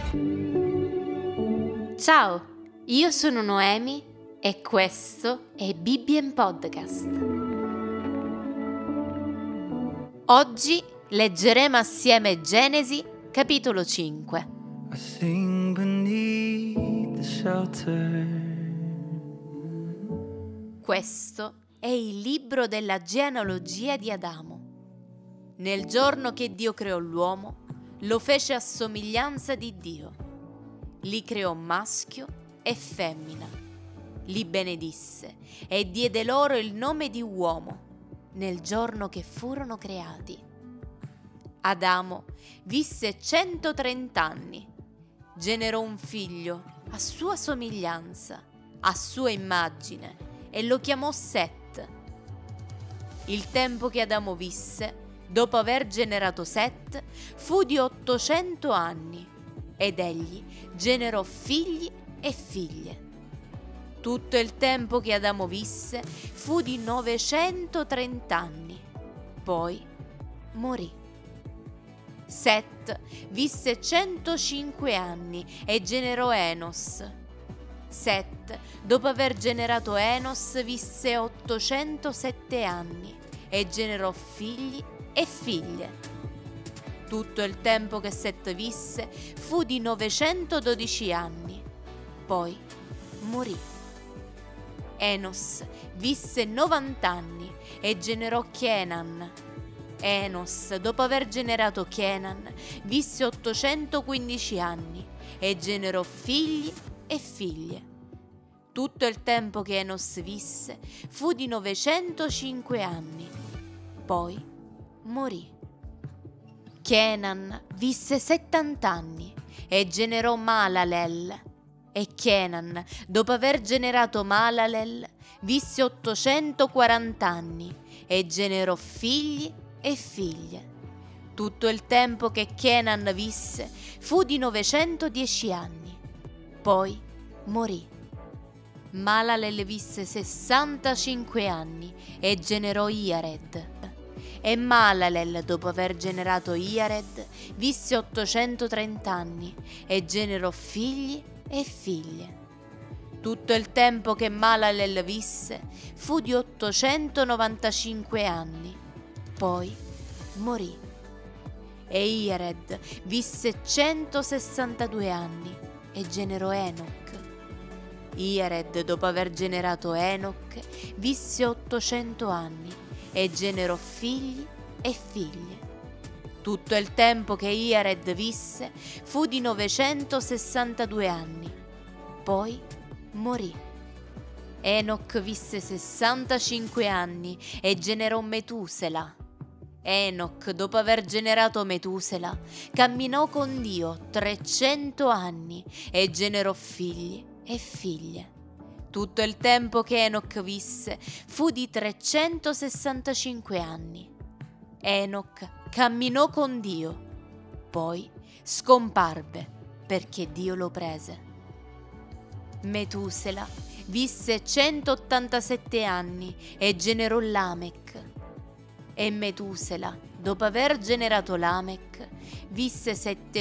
Ciao, io sono Noemi e questo è Bibbien Podcast. Oggi leggeremo assieme Genesi, capitolo 5. I sing beneath the shelter. Questo è il libro della genealogia di Adamo. Nel giorno che Dio creò l'uomo, lo fece a somiglianza di Dio. Li creò maschio e femmina. Li benedisse e diede loro il nome di uomo nel giorno che furono creati. Adamo visse 130 anni. Generò un figlio a sua somiglianza, a sua immagine, e lo chiamò Set. Il tempo che Adamo visse, dopo aver generato Set, fu di 800 anni, ed egli generò figli e figlie. Tutto il tempo che Adamo visse fu di 930 anni, poi morì. Set visse 105 anni e generò Enos. Set, dopo aver generato Enos, visse 807 anni e generò figli e figlie. Tutto il tempo che Set visse fu di 912 anni, poi morì. Enos visse 90 anni e generò Kenan. Enos, dopo aver generato Kenan, visse 815 anni e generò figli e figlie. Tutto il tempo che Enos visse fu di 905 anni, poi morì. Kenan visse 70 anni e generò Mahalalel. E Kenan, dopo aver generato Mahalalel, visse 840 anni e generò figli e figlie. Tutto il tempo che Kenan visse fu di 910 anni, poi morì. Mahalalel visse 65 anni e generò Iared. E Mahalalel, dopo aver generato Iared, visse 830 anni e generò figli e figlie. Tutto il tempo che Mahalalel visse fu di 895 anni, poi morì. E Iared visse 162 anni e generò Enoch. Iared, dopo aver generato Enoch, visse 800 anni e generò figli e figlie. Tutto il tempo che Iared visse fu di 962 anni, poi morì. Enoch visse 65 anni e generò Metusela. Enoch, dopo aver generato Metusela, camminò con Dio 300 anni e generò figli e figlie. Tutto il tempo che Enoch visse fu di 365 anni. Enoch camminò con Dio, poi scomparve perché Dio lo prese. Metusela visse 187 anni e generò Lamech. E Metusela, dopo aver generato Lamech, visse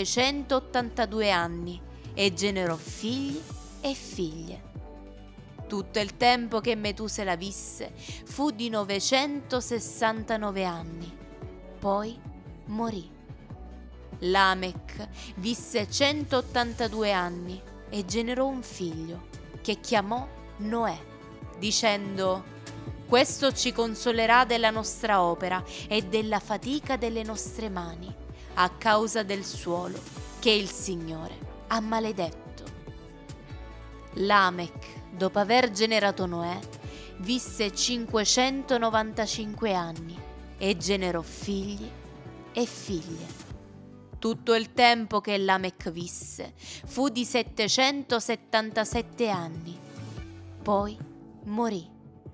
782 anni e generò figli e figlie. Tutto il tempo che Metusela visse fu di 969 anni, poi morì. Lamech visse 182 anni e generò un figlio che chiamò Noè, dicendo: «Questo ci consolerà della nostra opera e della fatica delle nostre mani, a causa del suolo che il Signore ha maledetto». Lamech, dopo aver generato Noè, visse 595 anni e generò figli e figlie. Tutto il tempo che Lamech visse fu di 777 anni, poi morì.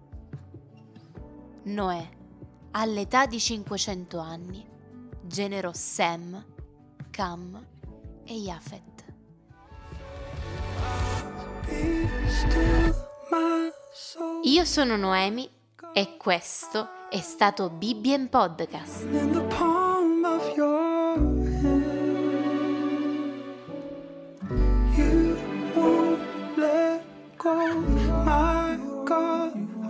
Noè, all'età di 500 anni, generò Sem, Cam e Jafet. Io sono Noemi e questo è stato Bibbien Podcast.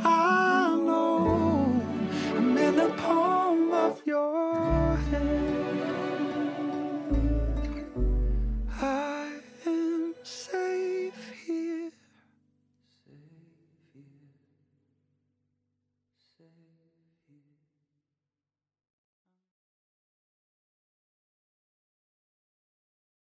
alone. I'm in the palm of your hand. I am safe here. Safe here. Safe.